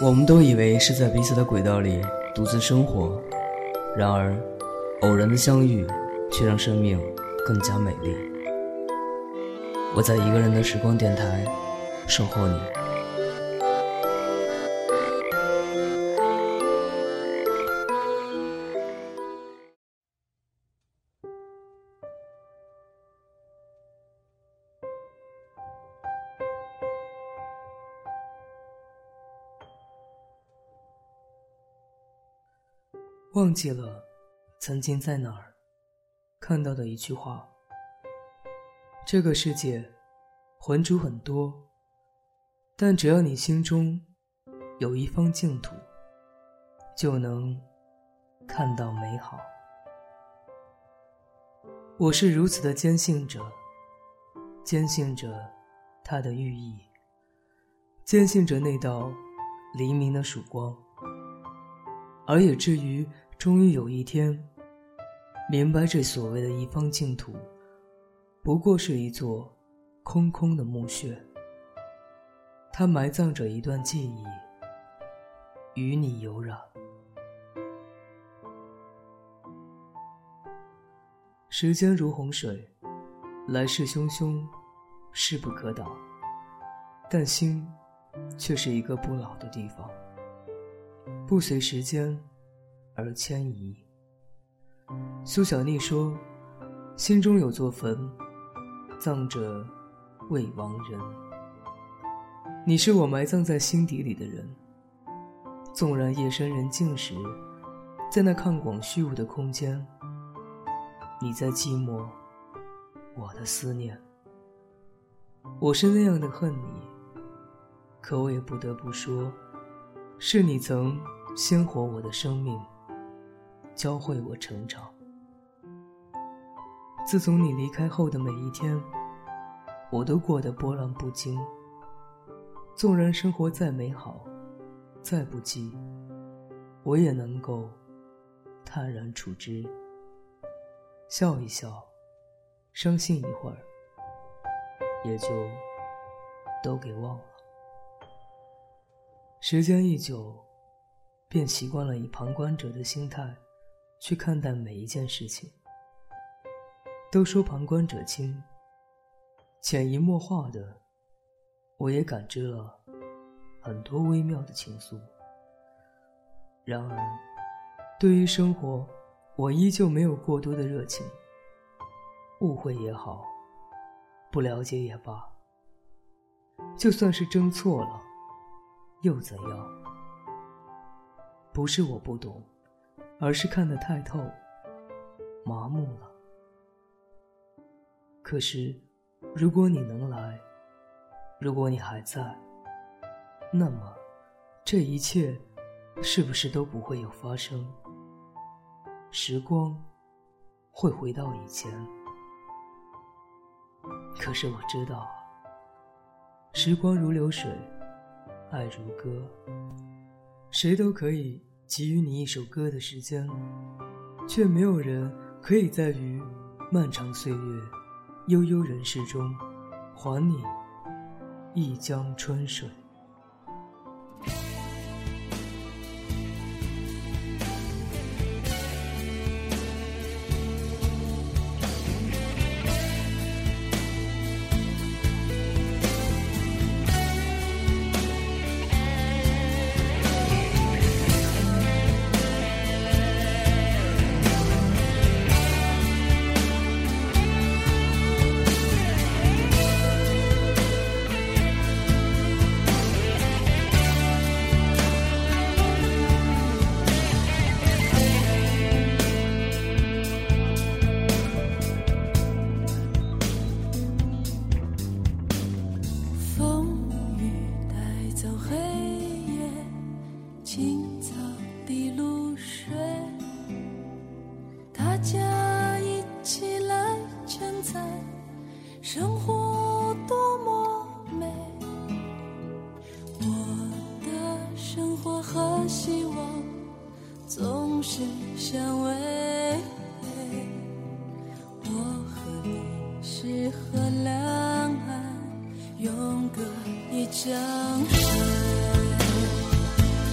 我们都以为是在彼此的轨道里独自生活，然而偶然的相遇却让生命更加美丽。我在一个人的时光电台守候你。忘记了曾经在哪儿看到的一句话：这个世界浑浊很多，但只要你心中有一方净土，就能看到美好。我是如此的坚信着它的寓意，坚信着那道黎明的曙光，而也至于终于有一天明白，这所谓的一方净土不过是一座空空的墓穴，它埋葬着一段记忆，与你有染。时间如洪水，来势汹汹，势不可挡，但心却是一个不老的地方，不随时间而迁移。苏小妮说，心中有座坟，葬着未亡人。你是我埋葬在心底里的人，纵然夜深人静时，在那看广虚无的空间，你在寂寞我的思念。我是那样的恨你，可我也不得不说，是你曾鲜活我的生命，教会我成长。自从你离开后的每一天，我都过得波澜不惊。纵然生活再美好，再不济，我也能够坦然处之，笑一笑，伤心一会儿，也就都给忘了。时间一久，便习惯了以旁观者的心态去看待每一件事情。都说旁观者清，潜移默化的，我也感知了很多微妙的情愫。然而，对于生活，我依旧没有过多的热情。误会也好，不了解也罢，就算是争错了，又怎样？不是我不懂，而是看得太透，麻木了。可是，如果你能来，如果你还在，那么这一切是不是都不会有发生？时光会回到以前。可是我知道，时光如流水，爱如歌，谁都可以给予你一首歌的时间，却没有人可以在于漫长岁月悠悠人世中还你一江春水。 生活多么美，我的生活和希望总是相违。我和你是河两岸，永隔一江水。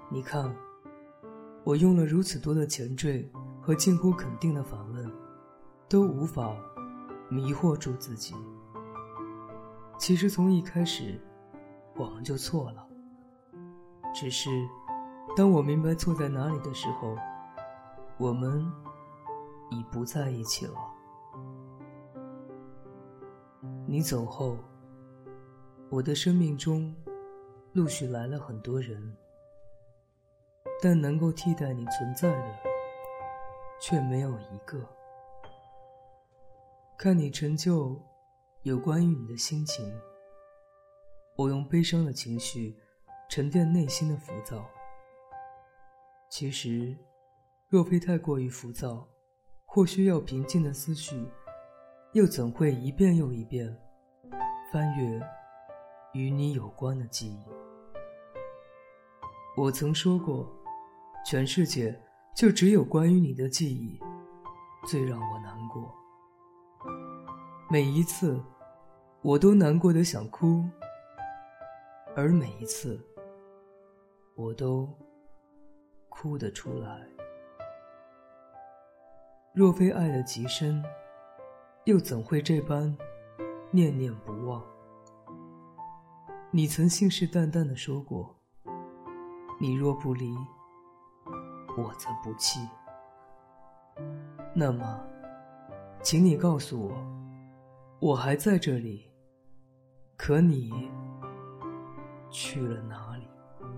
你看，我用了如此多的前缀和近乎肯定的反问，都无法迷惑住自己。其实从一开始，我们就错了。只是，当我明白错在哪里的时候，我们已不在一起了。你走后，我的生命中陆续来了很多人，但能够替代你存在的，却没有一个。看你陈旧有关于你的心情，我用悲伤的情绪沉淀内心的浮躁。其实，若非太过于浮躁，或需要平静的思绪，又怎会一遍又一遍翻阅与你有关的记忆？我曾说过，全世界就只有关于你的记忆最让我难过。每一次我都难过得想哭，而每一次我都哭得出来。若非爱得极深，又怎会这般念念不忘？你曾信誓旦旦地说过，你若不离，我则不弃。那么，请你告诉我，我还在这里，可你去了哪里？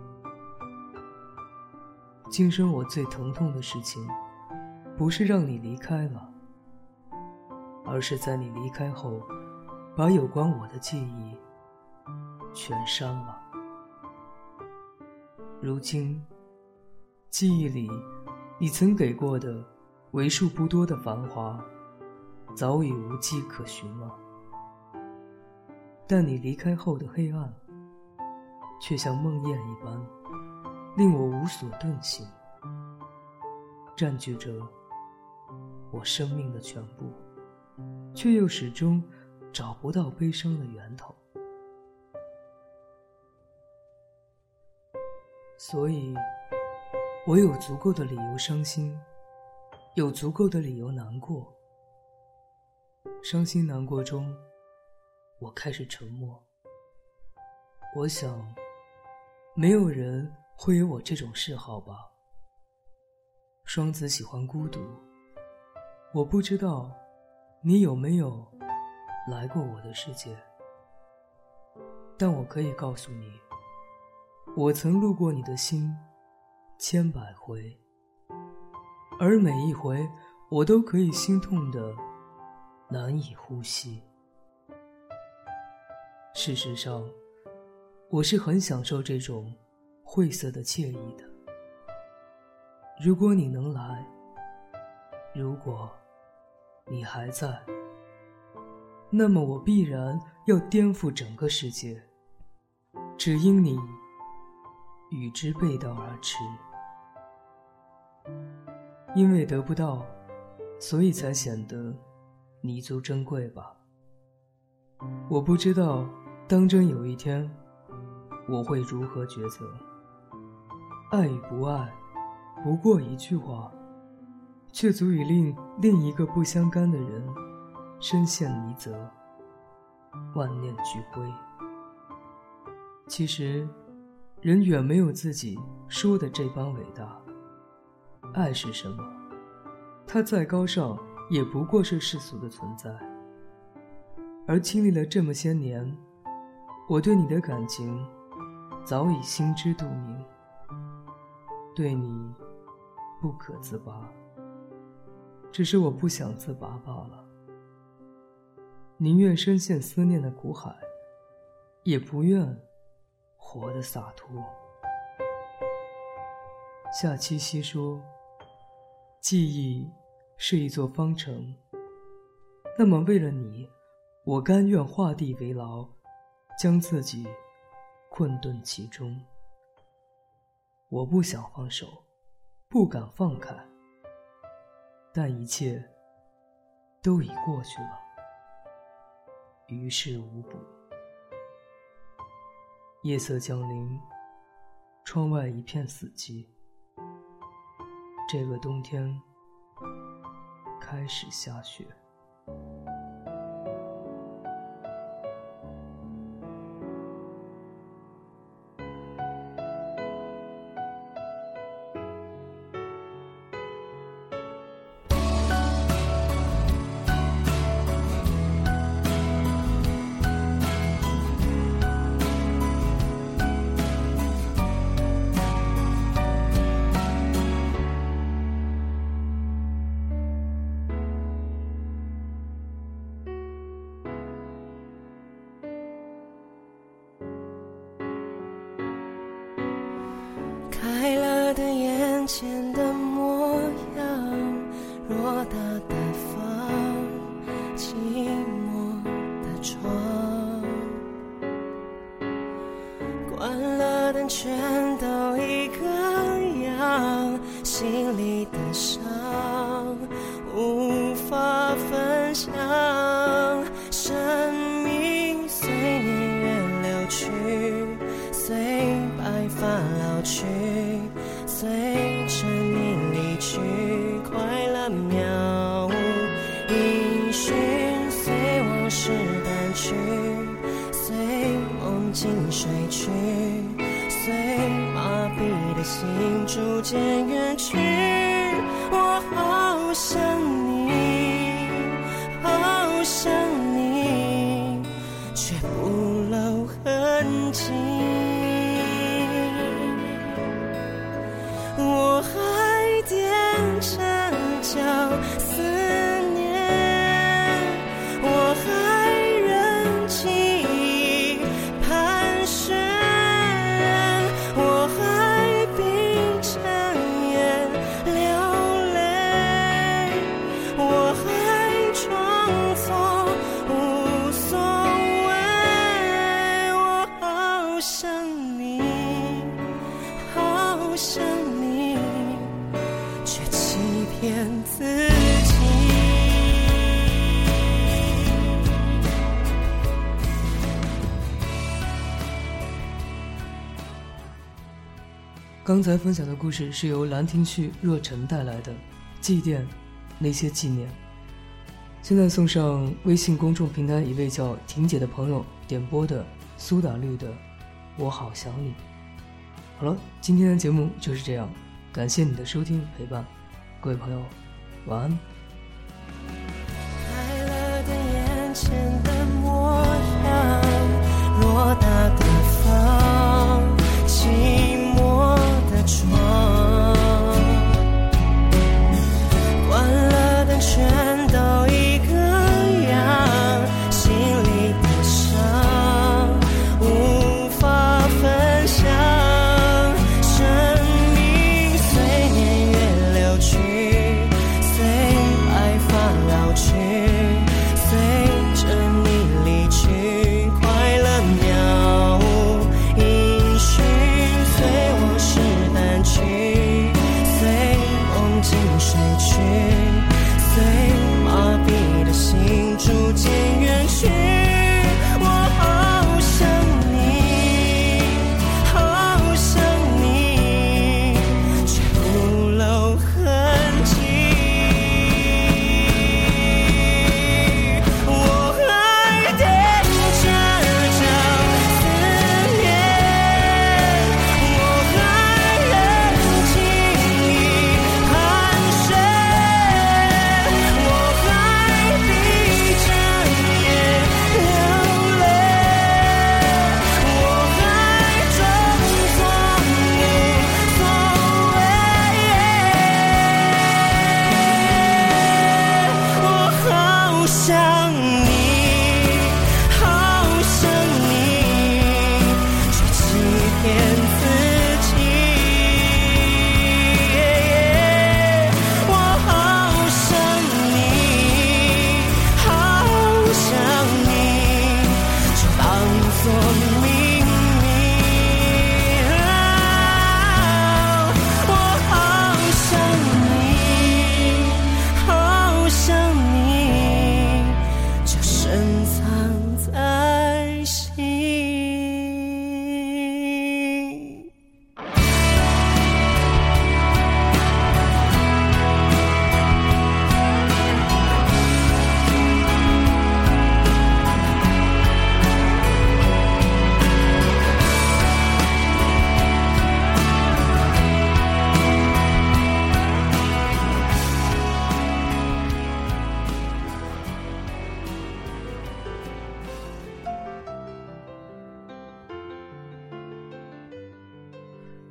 今生我最疼痛的事情，不是让你离开了，而是在你离开后，把有关我的记忆全删了。如今，记忆里你曾给过的为数不多的繁华，早已无迹可寻了。但你离开后的黑暗，却像梦魇一般，令我无所遁形，占据着我生命的全部，却又始终找不到悲伤的源头。所以，我有足够的理由伤心，有足够的理由难过。伤心难过中，我开始沉默。我想，没有人会有我这种嗜好吧。双子喜欢孤独，我不知道你有没有来过我的世界，但我可以告诉你，我曾路过你的心千百回，而每一回我都可以心痛得难以呼吸。事实上，我是很享受这种晦涩的惬意的。如果你能来，如果你还在，那么我必然要颠覆整个世界，只因你与之背道而驰。因为得不到，所以才显得弥足珍贵吧。我不知道当真有一天我会如何抉择。爱与不爱不过一句话，却足以令另一个不相干的人深陷泥泽，万念俱灰。其实人远没有自己说的这般伟大。爱是什么？它再高尚也不过是世俗的存在。而经历了这么些年，我对你的感情早已心知肚明，对你不可自拔，只是我不想自拔罢了。宁愿深陷思念的苦海，也不愿活得洒脱。夏七夕说，记忆是一座方城，那么为了你，我甘愿画地为牢，将自己困顿其中。我不想放手，不敢放开，但一切都已过去了，于事无补。夜色降临， 窗外一片死寂。这个冬天开始下雪。 开了的眼前的模样，偌大的房，寂寞的床，关了灯全都一个样，心里的伤无法分享，生命随年月流去，随白发老去，随着你离去，快乐渺无音讯，随往事淡去，随梦境睡去，随麻痹的心逐渐远去。我好想你，好想你，却不露痕迹。我还踮着脚思念，我还忍记忆盘旋，我还闭着眼流泪，我还装作无所谓。我好想你，好想你，却欺骗自己。 刚才分享的故事是由兰亭序若晨带来的《祭奠那些纪念》。现在送上微信公众平台一位叫婷姐的朋友点播的苏打绿的《我好想你》。好了，今天的节目就是这样，感谢你的收听陪伴，各位朋友晚安。 开了的眼前的模样，偌大的房，寂寞的床，关了灯全都一个样，心里的伤无法分享，生命随年月流去，随白发老去，随着你离去，快乐渺无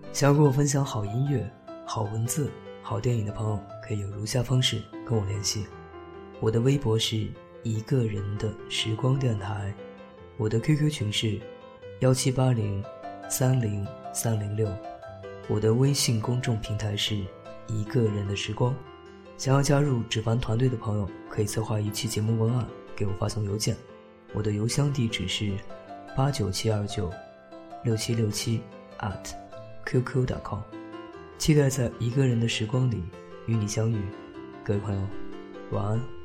想要跟我分享好音乐、好文字、好电影的朋友，可以有如下方式跟我联系。我的微博是一个人的时光电台，我的 QQ 群是178030306，我的微信公众平台是一个人的时光。想要加入纸凡团队的朋友，可以策划一期节目文案给我发送邮件，我的邮箱地址是897296767@qq.com， 期待在一个人的时光里与你相遇。各位朋友，晚安。